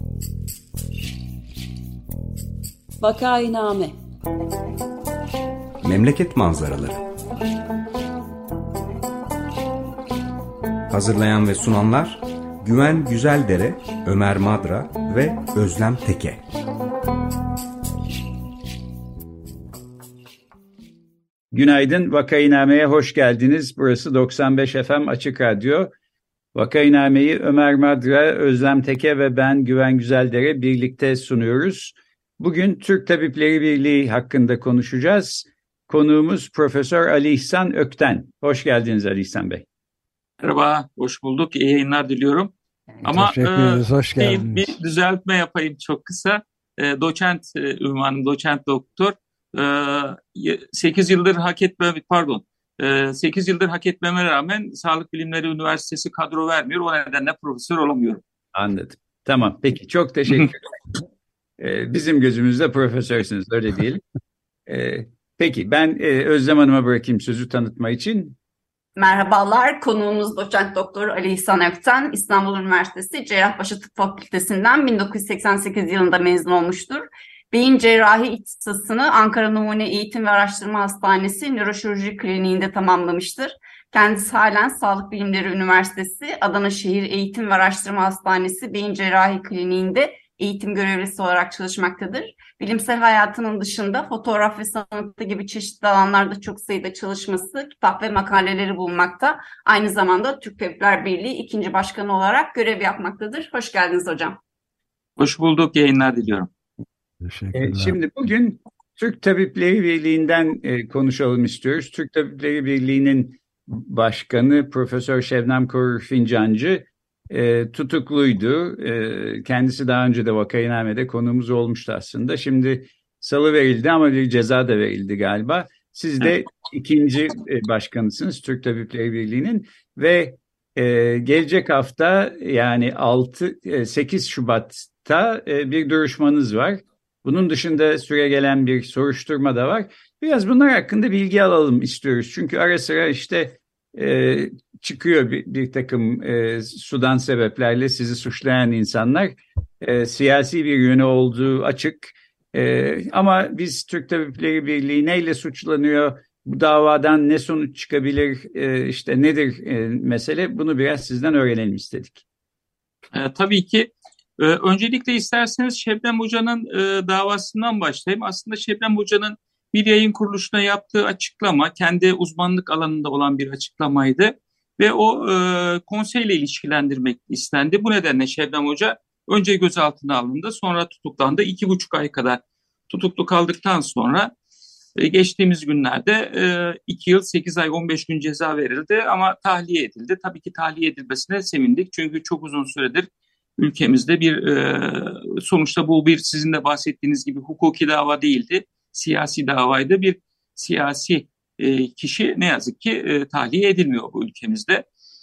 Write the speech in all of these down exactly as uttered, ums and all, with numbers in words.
Vakainame. Memleket manzaraları. Hazırlayan ve sunanlar Güven Güzeldere, Ömer Madra ve Özlem Teke. Günaydın, Vakainame'ye hoş geldiniz. Burası doksan beş F M Açık Radyo. Vakainame'yi Ömer Madra, Özlem Teke ve ben Güven Güzeldere birlikte sunuyoruz. Bugün Türk Tabipleri Birliği hakkında konuşacağız. Konuğumuz Profesör Ali İhsan Ökten. Hoş geldiniz Ali İhsan Bey. Merhaba, hoş bulduk. İyi yayınlar diliyorum. Ama Teşekkür ederiz, hoş e, geldiniz. bir düzeltme yapayım çok kısa. E, doçent e, ünvanım, doçent doktor. E, sekiz yıldır hak etmem, pardon, e, sekiz yıldır hak etmeme rağmen Sağlık Bilimleri Üniversitesi kadro vermiyor. O nedenle profesör olamıyorum. Anladım. Tamam, peki çok teşekkür ederim. e, bizim gözümüzde profesörsünüz, öyle diyelim. E, peki ben e, Özlem Hanım'a bırakayım sözü tanıtma için. Merhabalar, konuğumuz doçent doktor Ali İhsan Ökten, İstanbul Üniversitesi Cerrahpaşa Tıp Fakültesinden bin dokuz yüz seksen sekiz yılında mezun olmuştur. Beyin cerrahi ihtisasını Ankara Numune Eğitim ve Araştırma Hastanesi Nöroşirurji Kliniğinde tamamlamıştır. Kendisi halen Sağlık Bilimleri Üniversitesi Adana Şehir Eğitim ve Araştırma Hastanesi Beyin Cerrahi Kliniğinde eğitim görevlisi olarak çalışmaktadır. Bilimsel hayatının dışında fotoğraf ve sanatı gibi çeşitli alanlarda çok sayıda çalışması, kitap ve makaleleri bulunmakta. Aynı zamanda Türk Tabipler Birliği ikinci başkanı olarak görev yapmaktadır. Hoş geldiniz hocam. Hoş bulduk, yayınlar diliyorum. E, şimdi bugün Türk Tabipleri Birliği'nden e, konuşalım istiyoruz. Türk Tabipleri Birliği'nin başkanı Profesör Şebnem Korur Fincancı e, tutukluydu. E, kendisi daha önce de Vakainame'de konuğumuz olmuştu aslında. Şimdi salıverildi ama bir ceza da verildi galiba. Siz de ikinci e, başkanısınız Türk Tabipleri Birliği'nin ve e, gelecek hafta yani altı sekiz Şubat'ta e, bir duruşmanız var. Bunun dışında süregelen bir soruşturma da var. Biraz bunlar hakkında bilgi alalım istiyoruz. Çünkü ara sıra işte e, çıkıyor bir, bir takım e, sudan sebeplerle sizi suçlayan insanlar. E, siyasi bir yönü olduğu açık. E, ama biz Türk Tabipleri Birliği neyle suçlanıyor? Bu davadan ne sonuç çıkabilir? E, işte nedir e, mesele? Bunu biraz sizden öğrenelim istedik. E, tabii ki. Ee, öncelikle isterseniz Şebnem Hoca'nın e, davasından başlayayım. Aslında Şebnem Hoca'nın bir yayın kuruluşuna yaptığı açıklama kendi uzmanlık alanında olan bir açıklamaydı. Ve o e, konseyle ilişkilendirmek istendi. Bu nedenle Şebnem Hoca önce gözaltına alındı, sonra tutuklandı. İki buçuk ay kadar tutuklu kaldıktan sonra e, geçtiğimiz günlerde e, iki yıl sekiz ay on beş gün ceza verildi ama tahliye edildi. Tabii ki tahliye edilmesine sevindik çünkü çok uzun süredir ülkemizde bir e, sonuçta bu bir sizin de bahsettiğiniz gibi hukuki dava değildi. Siyasi davaydı. Bir siyasi e, kişi ne yazık ki e, tahliye edilmiyor bu ülkemizde.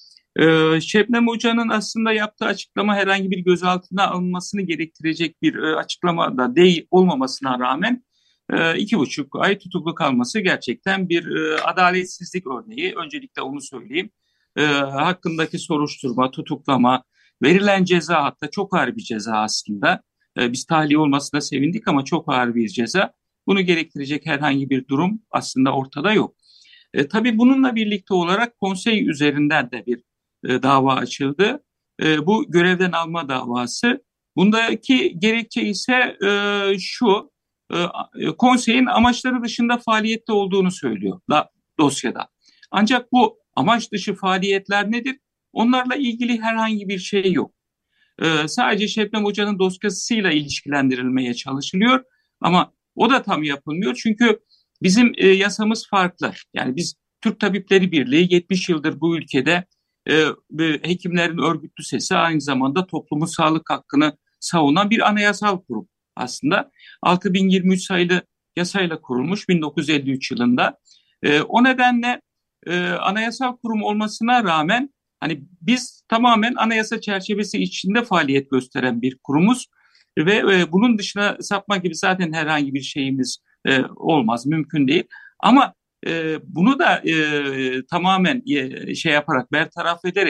E, Şebnem Hoca'nın aslında yaptığı açıklama herhangi bir gözaltına alınmasını gerektirecek bir e, açıklama da değil olmamasına rağmen e, iki buçuk ay tutuklu kalması gerçekten bir e, adaletsizlik örneği. Öncelikle onu söyleyeyim. E, hakkındaki soruşturma, tutuklama, verilen ceza hatta çok ağır bir ceza aslında. Ee, biz tahliye olmasına sevindik ama çok ağır bir ceza. Bunu gerektirecek herhangi bir durum aslında ortada yok. E, tabii bununla birlikte olarak konsey üzerinden de bir e, dava açıldı. E, bu görevden alma davası. Bundaki gerekçe ise e, şu, e, konseyin amaçları dışında faaliyette olduğunu söylüyor da, dosyada. Ancak bu amaç dışı faaliyetler nedir? Onlarla ilgili herhangi bir şey yok. Ee, sadece Şebnem Hoca'nın dosyasıyla ilişkilendirilmeye çalışılıyor ama o da tam yapılmıyor. Çünkü bizim e, yasamız farklı. Yani biz Türk Tabipleri Birliği yetmiş yıldır bu ülkede e, hekimlerin örgütlü sesi, aynı zamanda toplumun sağlık hakkını savunan bir anayasal kurum aslında. altı bin yirmi üç sayılı yasayla kurulmuş bin dokuz yüz elli üç yılında. E, o nedenle e, anayasal kurum olmasına rağmen hani biz tamamen anayasa çerçevesi içinde faaliyet gösteren bir kurumuz ve e, bunun dışına sapma gibi zaten herhangi bir şeyimiz e, olmaz, mümkün değil. Ama e, bunu da e, tamamen e, şey yaparak, bertaraf ederek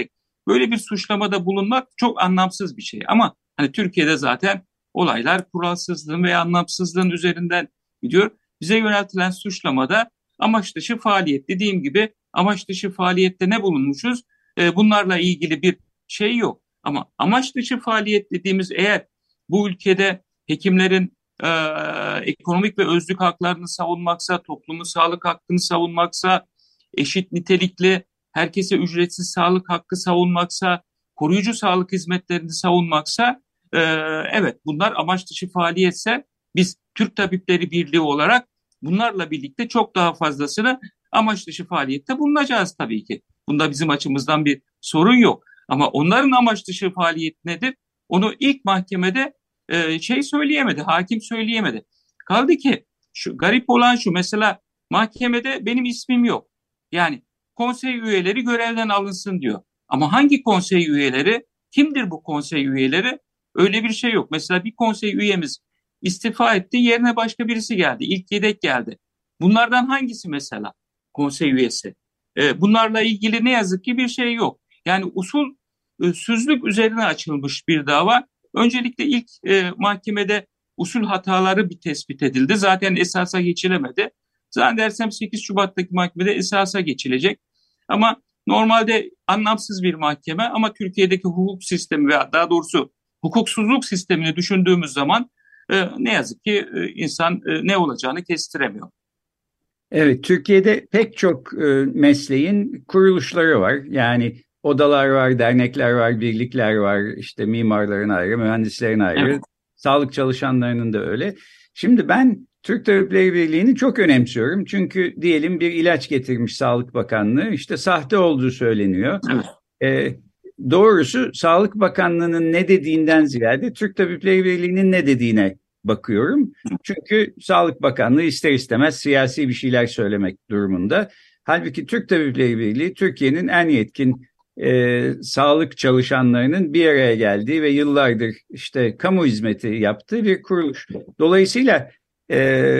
böyle bir suçlamada bulunmak çok anlamsız bir şey. Ama hani Türkiye'de zaten olaylar kuralsızlığın veya anlamsızlığın üzerinden gidiyor. Bize yöneltilen suçlamada amaç dışı faaliyet. Dediğim gibi amaç dışı faaliyette ne bulunmuşuz? E, bunlarla ilgili bir şey yok. Ama amaç dışı faaliyet dediğimiz, eğer bu ülkede hekimlerin e, ekonomik ve özlük haklarını savunmaksa, toplumun sağlık hakkını savunmaksa, eşit nitelikli herkese ücretsiz sağlık hakkı savunmaksa, koruyucu sağlık hizmetlerini savunmaksa, e, evet bunlar amaç dışı faaliyetse biz Türk Tabipleri Birliği olarak bunlarla birlikte çok daha fazlasını amaç dışı faaliyette bulunacağız tabii ki. Bunda bizim açımızdan bir sorun yok. Ama onların amaç dışı faaliyet nedir? Onu ilk mahkemede e, şey söyleyemedi, hakim söyleyemedi. Kaldı ki şu garip olan şu, mesela mahkemede benim ismim yok. Yani konsey üyeleri görevden alınsın diyor. Ama hangi konsey üyeleri? Kimdir bu konsey üyeleri? Öyle bir şey yok. Mesela bir konsey üyemiz istifa etti, yerine başka birisi geldi. İlk yedek geldi. Bunlardan hangisi mesela konsey üyesi? E, bunlarla ilgili ne yazık ki bir şey yok. Yani usulsüzlük üzerine açılmış bir dava. Öncelikle ilk e, mahkemede usul hataları bir tespit edildi. Zaten esasa geçilemedi. Zannedersem sekiz Şubat'taki mahkemede esasa geçilecek. Ama normalde anlamsız bir mahkeme, ama Türkiye'deki hukuk sistemi veya daha doğrusu hukuksuzluk sistemini düşündüğümüz zaman e, ne yazık ki e, insan e, ne olacağını kestiremiyor. Evet, Türkiye'de pek çok e, mesleğin kuruluşları var. Yani odalar var, dernekler var, birlikler var, işte mimarların ayrı, mühendislerin ayrı, evet. Sağlık çalışanlarının da öyle. Şimdi ben Türk Tabipleri Birliği'ni çok önemsiyorum. Çünkü diyelim bir ilaç getirmiş Sağlık Bakanlığı, işte sahte olduğu söyleniyor. Evet. E, doğrusu Sağlık Bakanlığı'nın ne dediğinden ziyade Türk Tabipleri Birliği'nin ne dediğine bakıyorum. Çünkü Sağlık Bakanlığı ister istemez siyasi bir şeyler söylemek durumunda. Halbuki Türk Tabipleri Birliği Türkiye'nin en yetkin e, sağlık çalışanlarının bir araya geldiği ve yıllardır işte kamu hizmeti yaptığı bir kuruluş. Dolayısıyla e,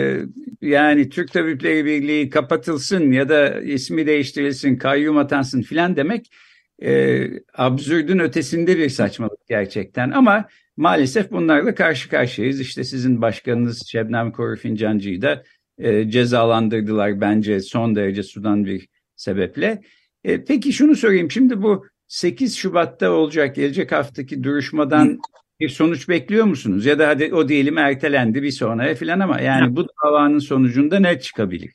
yani Türk Tabipleri Birliği kapatılsın ya da ismi değiştirilsin, kayyum atansın filan demek e, absürdün ötesinde bir saçmalık gerçekten. Ama maalesef bunlarla karşı karşıyayız. İşte sizin başkanınız Şebnem Korur Fincancı'yı da e, cezalandırdılar bence son derece sudan bir sebeple. E, peki şunu sorayım. Şimdi bu sekiz Şubat'ta olacak, gelecek haftaki duruşmadan bir sonuç bekliyor musunuz? Ya da hadi o diyelim ertelendi bir sonraya falan, ama yani bu davanın sonucunda ne çıkabilir?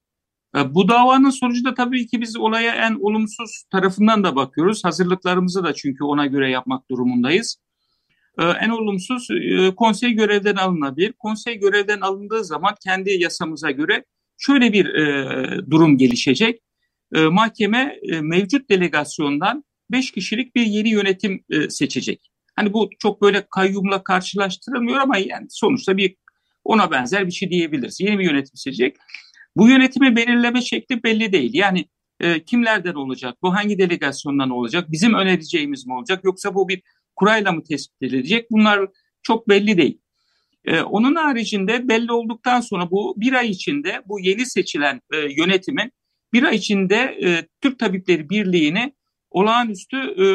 Bu davanın sonucu da tabii ki biz olaya en olumsuz tarafından da bakıyoruz. Hazırlıklarımızı da çünkü ona göre yapmak durumundayız. Ee, en olumsuz e, konsey görevden alınabilir. Konsey görevden alındığı zaman kendi yasamıza göre şöyle bir e, durum gelişecek. E, mahkeme e, mevcut delegasyondan beş kişilik bir yeni yönetim e, seçecek. Hani bu çok böyle kayyumla karşılaştırılmıyor ama yani sonuçta bir ona benzer bir şey diyebiliriz. Yeni bir yönetim seçecek. Bu yönetimi belirleme şekli belli değil. Yani e, kimlerden olacak? Bu hangi delegasyondan olacak? Bizim önereceğimiz mi olacak? Yoksa bu bir kurayla mı tespit edilecek? Bunlar çok belli değil. Ee, onun haricinde belli olduktan sonra bu bir ay içinde bu yeni seçilen e, yönetimin bir ay içinde e, Türk Tabipleri Birliği'ni olağanüstü e,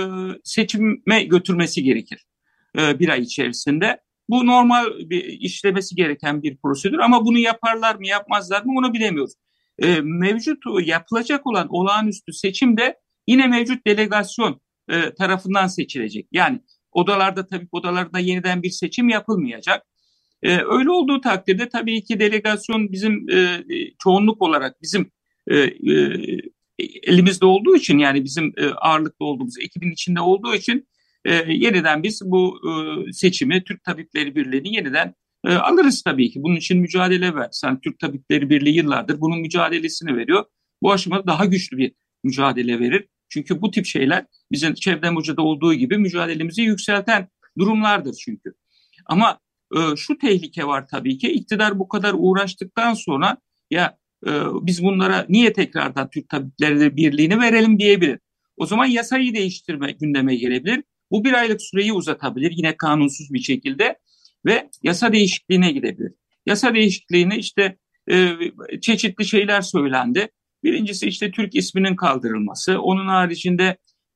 seçime götürmesi gerekir. E, bir ay içerisinde. Bu normal bir işlemesi gereken bir prosedür ama bunu yaparlar mı yapmazlar mı onu bilemiyoruz. E, mevcut yapılacak olan olağanüstü seçimde yine mevcut delegasyon e, tarafından seçilecek. Yani odalarda tabip odalarında yeniden bir seçim yapılmayacak. E, öyle olduğu takdirde tabii ki delegasyon bizim e, çoğunluk olarak bizim e, e, elimizde olduğu için, yani bizim e, ağırlıklı olduğumuz ekibin içinde olduğu için e, yeniden biz bu e, seçimi Türk Tabipleri Birliği'ni yeniden e, alırız tabii ki. Bunun için mücadele ver. Yani Türk Tabipleri Birliği yıllardır bunun mücadelesini veriyor. Bu aşamada daha güçlü bir mücadele verir. Çünkü bu tip şeyler bizim Şebnem Hoca'da olduğu gibi mücadelemizi yükselten durumlardır çünkü. Ama e, şu tehlike var tabii ki, iktidar bu kadar uğraştıktan sonra ya e, biz bunlara niye tekrardan Türk Tabipleri Birliği'ni verelim diyebilir. O zaman yasayı değiştirme gündeme gelebilir. Bu bir aylık süreyi uzatabilir yine kanunsuz bir şekilde ve yasa değişikliğine gidebilir. Yasa değişikliğine işte e, çeşitli şeyler söylendi. Birincisi işte Türk isminin kaldırılması. Onun haricinde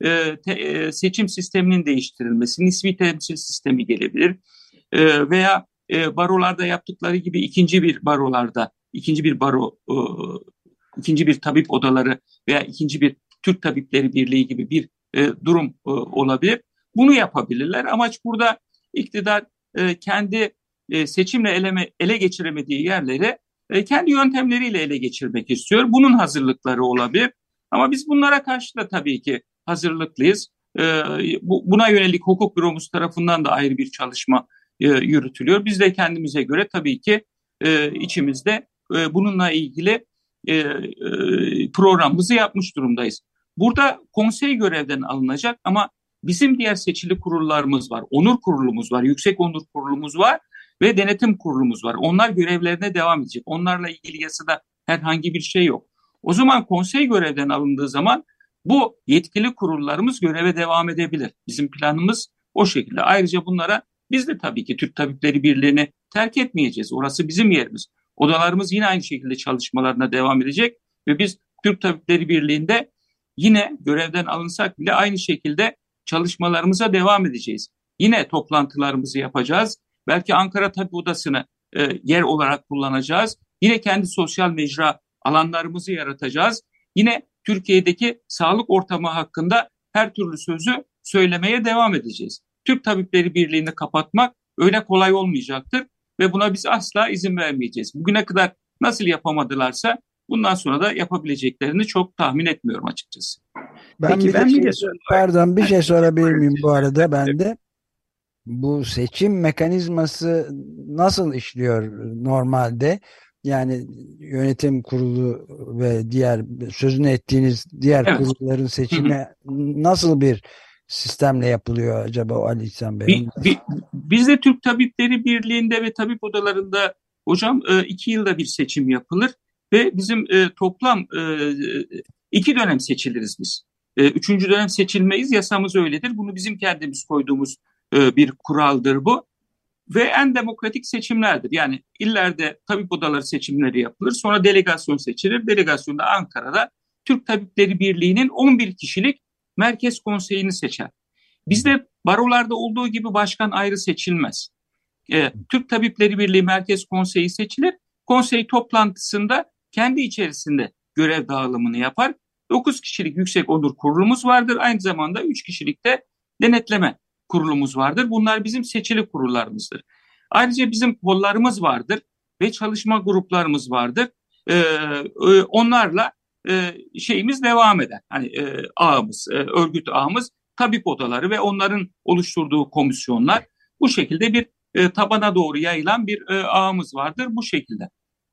e, te, e, seçim sisteminin değiştirilmesi, nispi temsil sistemi gelebilir. E, veya e, barolarda yaptıkları gibi ikinci bir barolarda, ikinci bir baro, e, ikinci bir tabip odaları veya ikinci bir Türk Tabipleri Birliği gibi bir e, durum e, olabilir. Bunu yapabilirler. Amaç burada iktidar e, kendi e, seçimle eleme, ele geçiremediği yerleri e, kendi yöntemleriyle ele geçirmek istiyor. Bunun hazırlıkları olabilir. Ama biz bunlara karşı da tabii ki hazırlıklıyız. E, bu, buna yönelik hukuk büromuz tarafından da ayrı bir çalışma e, yürütülüyor. Biz de kendimize göre tabii ki e, içimizde e, bununla ilgili e, e, programımızı yapmış durumdayız. Burada konsey görevden alınacak ama bizim diğer seçili kurullarımız var. Onur kurulumuz var, yüksek onur kurulumuz var ve denetim kurulumuz var. Onlar görevlerine devam edecek. Onlarla ilgili yasada herhangi bir şey yok. O zaman konsey görevden alındığı zaman bu yetkili kurullarımız göreve devam edebilir. Bizim planımız o şekilde. Ayrıca bunlara biz de tabii ki Türk Tabipleri Birliği'ni terk etmeyeceğiz. Orası bizim yerimiz. Odalarımız yine aynı şekilde çalışmalarına devam edecek ve biz Türk Tabipleri Birliği'nde yine görevden alınsak bile aynı şekilde çalışmalarımıza devam edeceğiz. Yine toplantılarımızı yapacağız. Belki Ankara Tabip Odası'nı e, yer olarak kullanacağız. Yine kendi sosyal mecra alanlarımızı yaratacağız. Yine Türkiye'deki sağlık ortamı hakkında her türlü sözü söylemeye devam edeceğiz. Türk Tabipleri Birliği'ni kapatmak öyle kolay olmayacaktır ve buna biz asla izin vermeyeceğiz. Bugüne kadar nasıl yapamadılarsa bundan sonra da yapabileceklerini çok tahmin etmiyorum açıkçası. Ben Peki bir ben de bir de şey, pardon bir şey sorabilir miyim bu arada ben de? Bu seçim mekanizması nasıl işliyor normalde? Yani yönetim kurulu ve diğer sözünü ettiğiniz diğer Evet. kurulların seçimi nasıl bir sistemle yapılıyor acaba o Ali İhsan Bey? Bi, bi, biz de Türk Tabipleri Birliği'nde ve tabip odalarında hocam e, iki yılda bir seçim yapılır ve bizim e, toplam e, iki dönem seçiliriz biz. E, üçüncü dönem seçilmeyiz, yasamız öyledir. Bunu bizim kendimiz koyduğumuz e, bir kuraldır bu. Ve en demokratik seçimlerdir. Yani illerde tabip odaları seçimleri yapılır. Sonra delegasyon seçilir. Delegasyonda Ankara'da Türk Tabipleri Birliği'nin on bir kişilik merkez konseyini seçer. Bizde barolarda olduğu gibi başkan ayrı seçilmez. Ee, Türk Tabipleri Birliği Merkez Konseyi seçilir. Konsey toplantısında kendi içerisinde görev dağılımını yapar. dokuz kişilik yüksek onur kurulumuz vardır. Aynı zamanda üç kişilik de denetleme kurulumuz vardır. Bunlar bizim seçili kurullarımızdır. Ayrıca bizim kollarımız vardır ve çalışma gruplarımız vardır. Ee, onlarla e, şeyimiz devam eder. Hani e, ağımız, e, örgüt ağımız, tabip odaları ve onların oluşturduğu komisyonlar, bu şekilde bir e, tabana doğru yayılan bir e, ağımız vardır bu şekilde.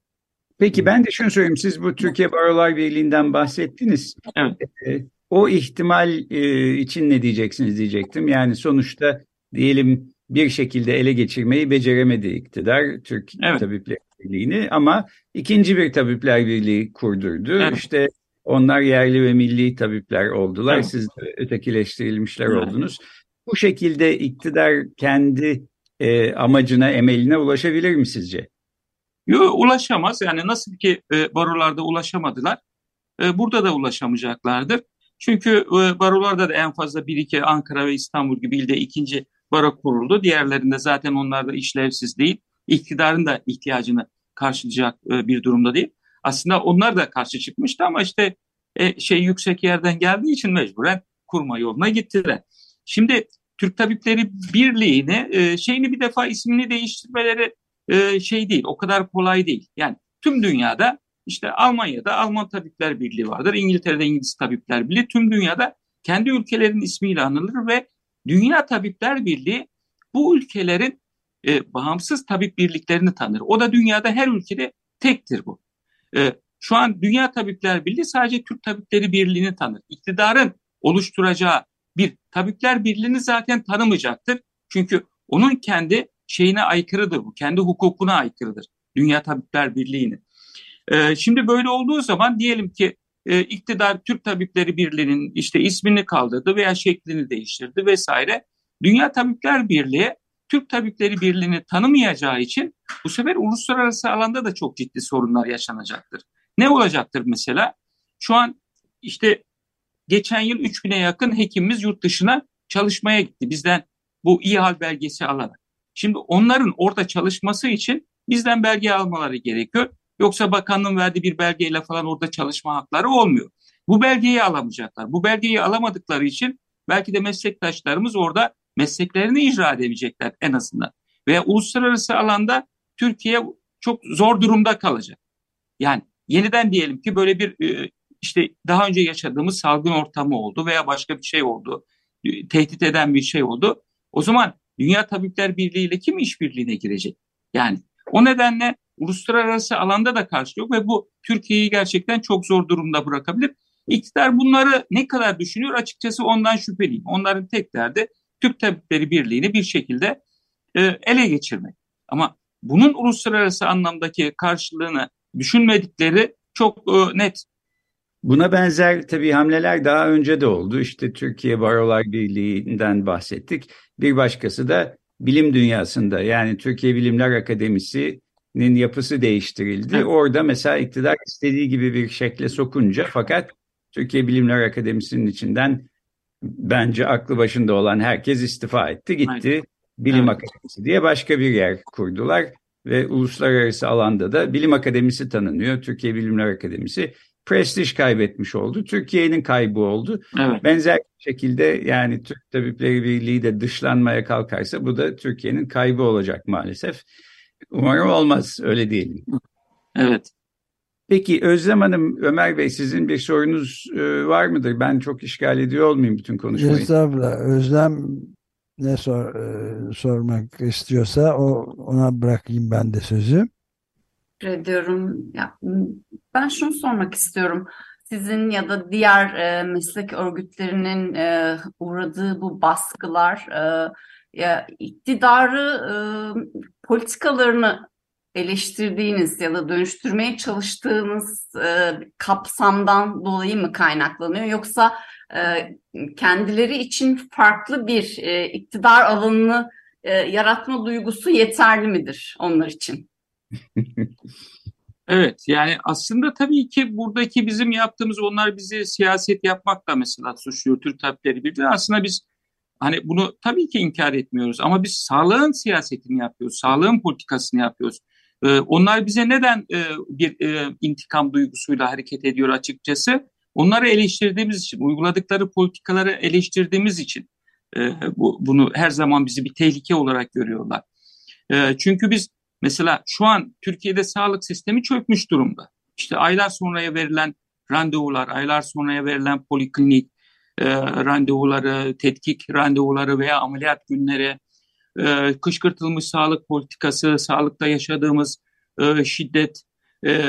Peki ben de şunu söyleyeyim. Siz bu Türkiye Barolar Birliği'nden bahsettiniz. Evet. E, o ihtimal e, için ne diyeceksiniz diyecektim. Yani sonuçta diyelim bir şekilde ele geçirmeyi beceremedi iktidar Türk Evet. Tabipler Birliği'ni ama ikinci bir Tabipler Birliği kurdurdu. Evet. İşte onlar yerli ve milli tabipler oldular. Evet. Siz de ötekileştirilmişler Evet. oldunuz. Bu şekilde iktidar kendi e, amacına, emeline ulaşabilir mi sizce? Yok, ulaşamaz. Yani nasıl ki e, barolarda ulaşamadılar, e, burada da ulaşamayacaklardır. Çünkü e, barolarda da en fazla bir iki Ankara ve İstanbul gibi ilde ikinci baro kuruldu. Diğerlerinde zaten onlar da işlevsiz değil. İktidarın da ihtiyacını karşılayacak e, bir durumda değil. Aslında onlar da karşı çıkmıştı ama işte e, şey yüksek yerden geldiği için mecburen kurma yoluna gittiler. Şimdi Türk Tabipleri Birliği'ni e, şeyini bir defa ismini değiştirmeleri e, şey değil, o kadar kolay değil. Yani tüm dünyada işte Almanya'da Alman Tabipler Birliği vardır, İngiltere'de İngiliz Tabipler Birliği, tüm dünyada kendi ülkelerinin ismiyle anılır ve Dünya Tabipler Birliği bu ülkelerin e, bağımsız tabip birliklerini tanır. O da dünyada her ülkede tektir bu. E, şu an Dünya Tabipler Birliği sadece Türk Tabipleri Birliği'ni tanır. İktidarın oluşturacağı bir Tabipler Birliği'ni zaten tanımayacaktır. Çünkü onun kendi şeyine aykırıdır bu. Kendi hukukuna aykırıdır. Dünya Tabipler Birliği'nin. Ee, şimdi böyle olduğu zaman diyelim ki e, iktidar Türk Tabipleri Birliği'nin işte ismini kaldırdı veya şeklini değiştirdi vesaire. Dünya Tabipler Birliği Türk Tabipleri Birliği'ni tanımayacağı için bu sefer uluslararası alanda da çok ciddi sorunlar yaşanacaktır. Ne olacaktır mesela? Şu an işte geçen yıl üç bine yakın hekimimiz yurt dışına çalışmaya gitti. Bizden bu iyi hal belgesi alarak. Şimdi onların orada çalışması için bizden belge almaları gerekiyor. Yoksa bakanlığın verdiği bir belgeyle falan orada çalışma hakları olmuyor. Bu belgeyi alamayacaklar. Bu belgeyi alamadıkları için belki de meslektaşlarımız orada mesleklerini icra edemeyecekler en azından. Veya uluslararası alanda Türkiye çok zor durumda kalacak. Yani yeniden diyelim ki böyle bir işte daha önce yaşadığımız salgın ortamı oldu veya başka bir şey oldu. Tehdit eden bir şey oldu. O zaman Dünya Tabipler Birliği ile kim işbirliğine girecek? Yani o nedenle uluslararası alanda da karşı yok ve bu Türkiye'yi gerçekten çok zor durumda bırakabilir. İktidar bunları ne kadar düşünüyor açıkçası ondan şüpheliyim. Onların tek derdi Türk Tabipleri Birliği'ni bir şekilde e, ele geçirmek. Ama bunun uluslararası anlamdaki karşılığını düşünmedikleri çok e, net. Buna benzer tabii hamleler daha önce de oldu. İşte Türkiye Barolar Birliği'nden bahsettik. Bir başkası da bilim dünyasında, yani Türkiye Bilimler Akademisi'nin yapısı değiştirildi. Evet. Orada mesela iktidar istediği gibi bir şekle sokunca, fakat Türkiye Bilimler Akademisi'nin içinden bence aklı başında olan herkes istifa etti, gitti. Aynen. Bilim Evet. Akademisi diye başka bir yer kurdular ve uluslararası alanda da Bilim Akademisi tanınıyor. Türkiye Bilimler Akademisi prestij kaybetmiş oldu. Türkiye'nin kaybı oldu. Evet. Benzer şekilde yani Türk Tabipleri Birliği de dışlanmaya kalkarsa bu da Türkiye'nin kaybı olacak maalesef. Umarım olmaz, öyle diyelim. Evet. Peki Özlem Hanım, Ömer Bey, sizin bir sorunuz e, var mıdır? Ben çok işgal ediyor olmayayım bütün konuşmayı. Estağfurullah. Özlem ne sor, e, sormak istiyorsa o ona bırakayım ben de sözü. Teşekkür ediyorum. Ya, ben şunu sormak istiyorum. Sizin ya da diğer e, meslek örgütlerinin e, uğradığı bu baskılar, e, ya, iktidarı e, politikalarını eleştirdiğiniz ya da dönüştürmeye çalıştığınız e, kapsamdan dolayı mı kaynaklanıyor? Yoksa e, kendileri için farklı bir e, iktidar alanını e, yaratma duygusu yeterli midir onlar için? Evet, yani aslında tabii ki buradaki bizim yaptığımız, onlar bizi siyaset yapmakla mesela suçluyor Türk Tabipleri Birliği. Aslında biz hani bunu tabii ki inkar etmiyoruz ama biz sağlığın siyasetini yapıyoruz, sağlığın politikasını yapıyoruz. Ee, onlar bize neden e, bir e, intikam duygusuyla hareket ediyor açıkçası? Onları eleştirdiğimiz için, uyguladıkları politikaları eleştirdiğimiz için e, bu, bunu her zaman bizi bir tehlike olarak görüyorlar. E, çünkü biz mesela şu an Türkiye'de sağlık sistemi çökmüş durumda. İşte aylar sonraya verilen randevular, aylar sonraya verilen poliklinik e, randevuları, tetkik randevuları veya ameliyat günleri, e, kışkırtılmış sağlık politikası, sağlıkta yaşadığımız e, şiddet, e,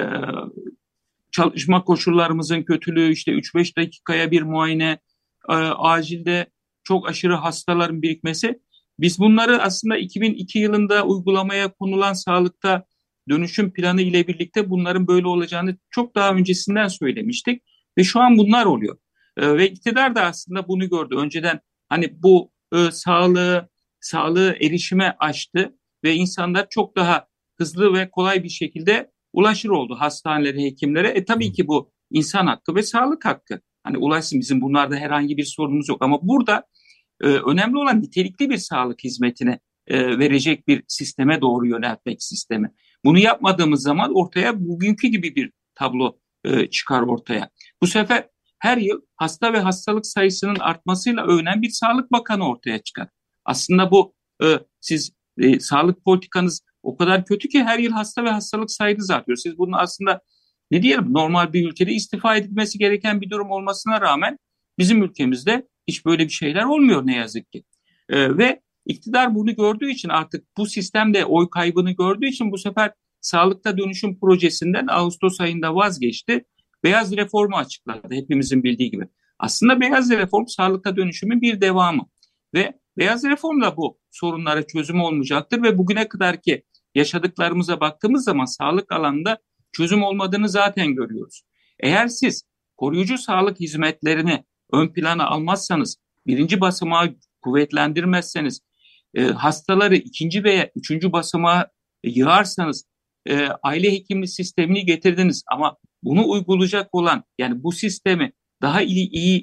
çalışma koşullarımızın kötülüğü, işte üç beş dakikaya bir muayene, e, acilde çok aşırı hastaların birikmesi. Biz bunları aslında iki bin iki yılında uygulamaya konulan sağlıkta dönüşüm planı ile birlikte bunların böyle olacağını çok daha öncesinden söylemiştik ve şu an bunlar oluyor. E, ve iktidar da aslında bunu gördü. Önceden hani bu e, sağlığı, sağlığı erişime açtı ve insanlar çok daha hızlı ve kolay bir şekilde ulaşır oldu hastanelere, hekimlere. E tabii ki bu insan hakkı ve sağlık hakkı. Hani ulaşsın, bizim bunlarda herhangi bir sorunumuz yok. Ama burada e, önemli olan nitelikli bir sağlık hizmetine e, verecek bir sisteme doğru yöneltmek sistemi. Bunu yapmadığımız zaman ortaya bugünkü gibi bir tablo e, çıkar ortaya. Bu sefer her yıl hasta ve hastalık sayısının artmasıyla övünen bir Sağlık Bakanı ortaya çıkar. Aslında bu e, siz e, sağlık politikanız o kadar kötü ki her yıl hasta ve hastalık sayınız artıyor. Siz bunu aslında ne diyelim, normal bir ülkede istifa edilmesi gereken bir durum olmasına rağmen bizim ülkemizde hiç böyle bir şeyler olmuyor ne yazık ki. Ee, ve iktidar bunu gördüğü için, artık bu sistemde oy kaybını gördüğü için bu sefer sağlıkta dönüşüm projesinden Ağustos ayında vazgeçti. Beyaz reformu açıkladı hepimizin bildiği gibi. Aslında beyaz reform sağlıkta dönüşümün bir devamı ve beyaz reformla bu sorunlara çözüm olmayacaktır ve bugüne kadarki yaşadıklarımıza baktığımız zaman sağlık alanında çözüm olmadığını zaten görüyoruz. Eğer siz koruyucu sağlık hizmetlerini ön plana almazsanız, birinci basamağı kuvvetlendirmezseniz, e, hastaları ikinci veya üçüncü basamağa yığarsanız, e, aile hekimliği sistemini getirdiniz ama bunu uygulayacak olan, yani bu sistemi daha iyi, iyi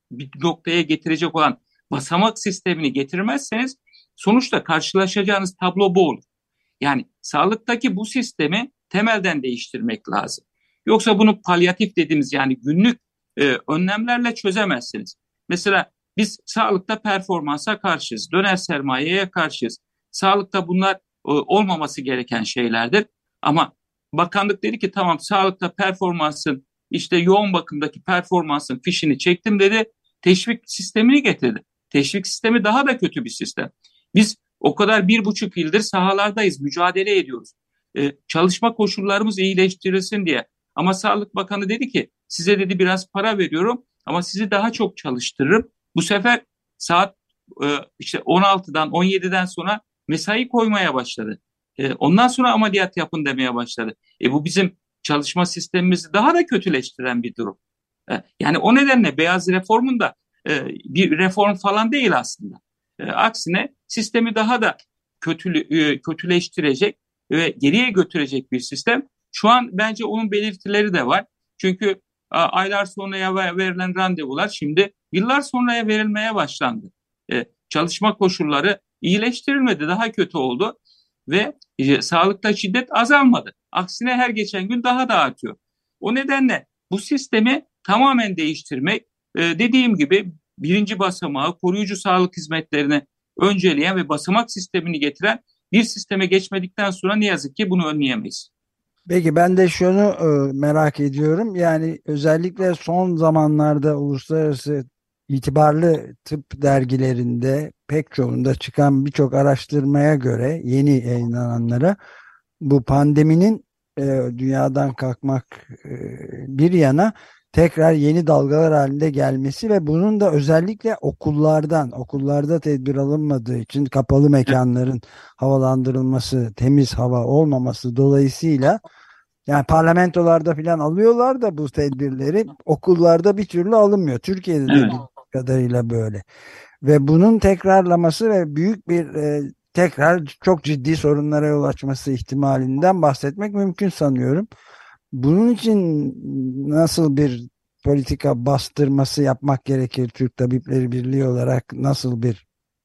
bir noktaya getirecek olan basamak sistemini getirmezseniz sonuçta karşılaşacağınız tablo bu olur. Yani sağlıktaki bu sistemi temelden değiştirmek lazım. Yoksa bunu palyatif dediğimiz yani günlük e, önlemlerle çözemezsiniz. Mesela biz sağlıkta performansa karşıyız, döner sermayeye karşıyız. Sağlıkta bunlar e, olmaması gereken şeylerdir. Ama bakanlık dedi ki tamam sağlıkta performansın işte yoğun bakımdaki performansın fişini çektim dedi. Teşvik sistemini getirdi. Teşvik sistemi daha da kötü bir sistem. Biz o kadar bir buçuk yıldır sahalardayız, mücadele ediyoruz. Ee, çalışma koşullarımız iyileştirilsin diye. Ama Sağlık Bakanı dedi ki size dedi biraz para veriyorum ama sizi daha çok çalıştırırım. Bu sefer saat e, işte on altıdan on yediden sonra mesai koymaya başladı. E, ondan sonra ameliyat yapın demeye başladı. E, bu bizim çalışma sistemimizi daha da kötüleştiren bir durum. E, yani o nedenle beyaz reformun da e, bir reform falan değil aslında. E, aksine sistemi daha da kötülü, e, kötüleştirecek ve geriye götürecek bir sistem. Şu an bence onun belirtileri de var. Çünkü a, aylar sonraya verilen randevular şimdi yıllar sonraya verilmeye başlandı. E, çalışma koşulları iyileştirilmedi, daha kötü oldu ve e, sağlıkta şiddet azalmadı. Aksine her geçen gün daha da artıyor. O nedenle bu sistemi tamamen değiştirmek, e, dediğim gibi birinci basamağı koruyucu sağlık hizmetlerini önceleyen ve basamak sistemini getiren bir sisteme geçmedikten sonra ne yazık ki bunu önleyemeyiz. Peki ben de şunu e, merak ediyorum. Yani özellikle son zamanlarda uluslararası itibarlı tıp dergilerinde pek çoğunda çıkan birçok araştırmaya göre yeni yayınlananlara bu pandeminin e, dünyadan kalkmak e, bir yana tekrar yeni dalgalar halinde gelmesi ve bunun da özellikle okullardan, okullarda tedbir alınmadığı için kapalı mekanların havalandırılması, temiz hava olmaması dolayısıyla yani parlamentolarda falan alıyorlar da bu tedbirleri okullarda bir türlü alınmıyor. Türkiye'de de Evet. bildiğim kadarıyla böyle. Ve bunun tekrarlaması ve büyük bir e, tekrar çok ciddi sorunlara yol açması ihtimalinden bahsetmek mümkün sanıyorum. Bunun için nasıl bir politika bastırması yapmak gerekir? Türk Tabipleri Birliği olarak nasıl bir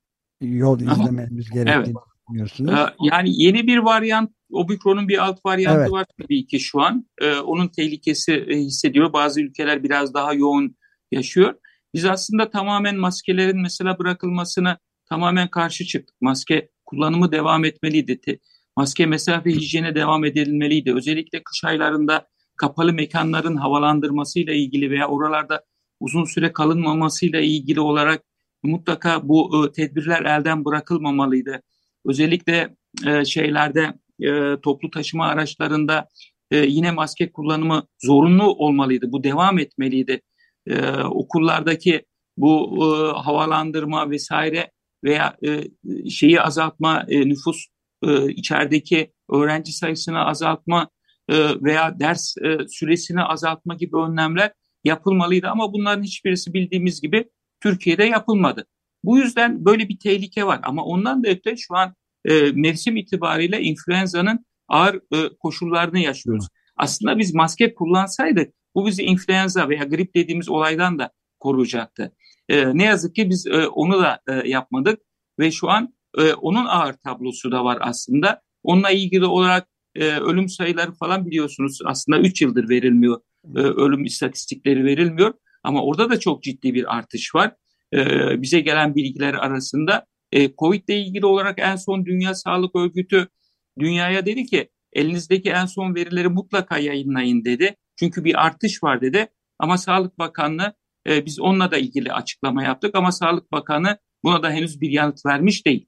yol Ama izlememiz evet. gerektiğini Ee, düşünüyorsunuz? Yani yeni bir varyant, Omikron'un bir alt varyantı Evet. var tabii ki şu an. Ee, onun tehlikesi e, hissediyor. Bazı ülkeler biraz daha yoğun yaşıyor. Biz aslında tamamen maskelerin mesela bırakılmasına tamamen karşı çıktık. Maske kullanımı devam etmeliydi. Te- maske mesafe hijyene devam edilmeliydi. Özellikle kış aylarında kapalı mekanların havalandırmasıyla ilgili veya oralarda uzun süre kalınmamasıyla ilgili olarak mutlaka bu e, tedbirler elden bırakılmamalıydı. Özellikle e, şeylerde e, toplu taşıma araçlarında e, yine maske kullanımı zorunlu olmalıydı. Bu devam etmeliydi. E, okullardaki bu e, havalandırma vesaire veya e, şeyi azaltma, e, nüfus e, içerideki öğrenci sayısını azaltma e, veya ders e, süresini azaltma gibi önlemler yapılmalıydı. Ama bunların hiçbirisi bildiğimiz gibi Türkiye'de yapılmadı. Bu yüzden böyle bir tehlike var. Ama ondan da öte şu an e, mevsim itibariyle influenza'nın ağır e, koşullarını yaşıyoruz. Aslında biz maske kullansaydık bu bizi influenza veya grip dediğimiz olaydan da koruyacaktı. E, ne yazık ki biz e, onu da e, yapmadık ve şu an e, onun ağır tablosu da var aslında. Onunla ilgili olarak e, ölüm sayıları falan biliyorsunuz aslında üç yıldır verilmiyor. E, ölüm istatistikleri verilmiyor ama orada da çok ciddi bir artış var. E, bize gelen bilgiler arasında e, Covid ile ilgili olarak en son Dünya Sağlık Örgütü dünyaya dedi ki elinizdeki en son verileri mutlaka yayınlayın dedi. Çünkü bir artış var dedi. Ama Sağlık Bakanlığı e, biz onunla da ilgili açıklama yaptık ama Sağlık Bakanı buna da henüz bir yanıt vermiş değil.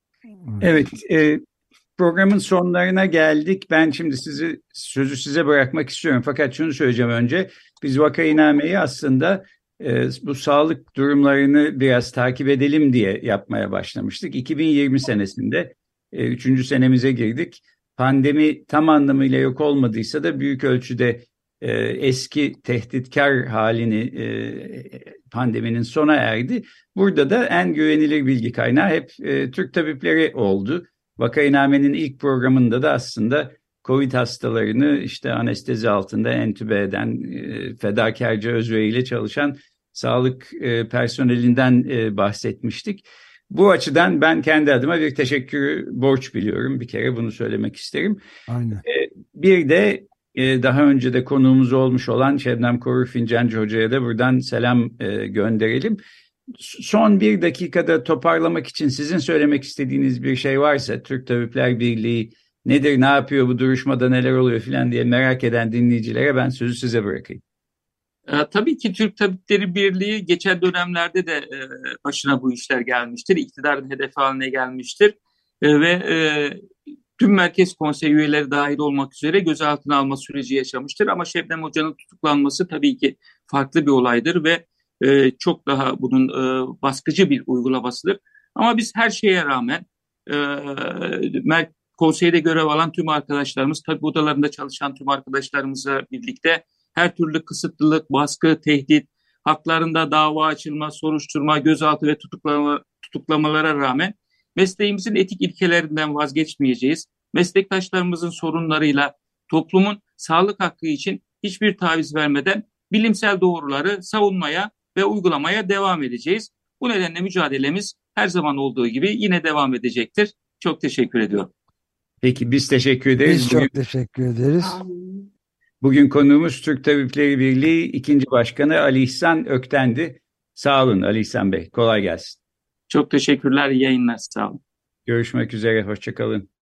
Evet, e, programın sonlarına geldik. Ben şimdi sizi sözü size bırakmak istiyorum. Fakat şunu söyleyeceğim önce. Biz Vakainame'yi aslında e, bu sağlık durumlarını biraz takip edelim diye yapmaya başlamıştık. iki bin yirmi senesinde e, üçüncü senemize girdik. Pandemi tam anlamıyla yok olmadıysa da büyük ölçüde e, eski tehditkar halini e, pandeminin sona erdi. Burada da en güvenilir bilgi kaynağı hep e, Türk tabipleri oldu. Vakainame'nin ilk programında da aslında Covid hastalarını işte anestezi altında entübe eden, e, fedakarca özveriyle çalışan sağlık e, personelinden e, bahsetmiştik. Bu açıdan ben kendi adıma bir teşekkür borç biliyorum. Bir kere bunu söylemek isterim. Aynen. E, bir de e, daha önce de konuğumuz olmuş olan Şebnem Korur Fincancı Hoca'ya da buradan selam e, gönderelim. Son bir dakikada toparlamak için sizin söylemek istediğiniz bir şey varsa, Türk Tabipler Birliği nedir, ne yapıyor, bu duruşmada neler oluyor filan diye merak eden dinleyicilere ben sözü size bırakayım. E, tabii ki Türk Tabipleri Birliği geçen dönemlerde de e, başına bu işler gelmiştir. İktidarın hedefi haline gelmiştir. E, ve e, tüm Merkez Konsey üyeleri dahil olmak üzere gözaltına alma süreci yaşamıştır. Ama Şebnem Hoca'nın tutuklanması tabii ki farklı bir olaydır ve e, çok daha bunun e, baskıcı bir uygulamasıdır. Ama biz her şeye rağmen e, Mer- konseyde görev alan tüm arkadaşlarımız, tabii odalarında çalışan tüm arkadaşlarımızla birlikte her türlü kısıtlılık, baskı, tehdit, haklarında dava açılma, soruşturma, gözaltı ve tutuklama, tutuklamalara rağmen mesleğimizin etik ilkelerinden vazgeçmeyeceğiz. Meslektaşlarımızın sorunlarıyla toplumun sağlık hakkı için hiçbir taviz vermeden bilimsel doğruları savunmaya ve uygulamaya devam edeceğiz. Bu nedenle mücadelemiz her zaman olduğu gibi yine devam edecektir. Çok teşekkür ediyorum. Peki biz teşekkür ederiz. Biz Bugün, çok teşekkür ederiz. bugün konuğumuz Türk Tabipleri Birliği ikinci Başkanı Ali İhsan Ökten'di. Sağ olun Ali İhsan Bey. Kolay gelsin. Çok teşekkürler. İyi yayınlar. Sağ olun. Görüşmek üzere. Hoşça kalın.